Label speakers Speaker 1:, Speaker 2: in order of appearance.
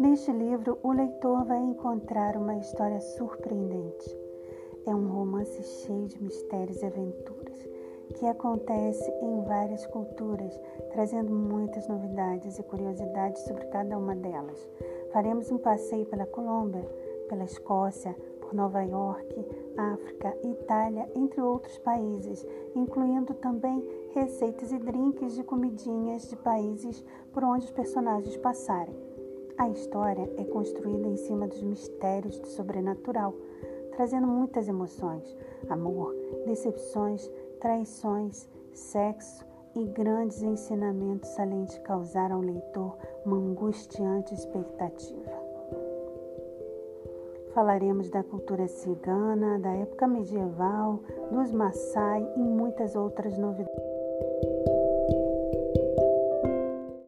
Speaker 1: Neste livro, o leitor vai encontrar uma história surpreendente. É um romance cheio de mistérios e aventuras, que acontece em várias culturas, trazendo muitas novidades e curiosidades sobre cada uma delas. Faremos um passeio pela Colômbia, pela Escócia, por Nova York, África, Itália, entre outros países, incluindo também receitas e drinks de comidinhas de países por onde os personagens passarem. A história é construída em cima dos mistérios do sobrenatural, trazendo muitas emoções, amor, decepções, traições, sexo e grandes ensinamentos, além de causar ao leitor uma angustiante expectativa. Falaremos da cultura cigana, da época medieval, dos Maasai e muitas outras novidades.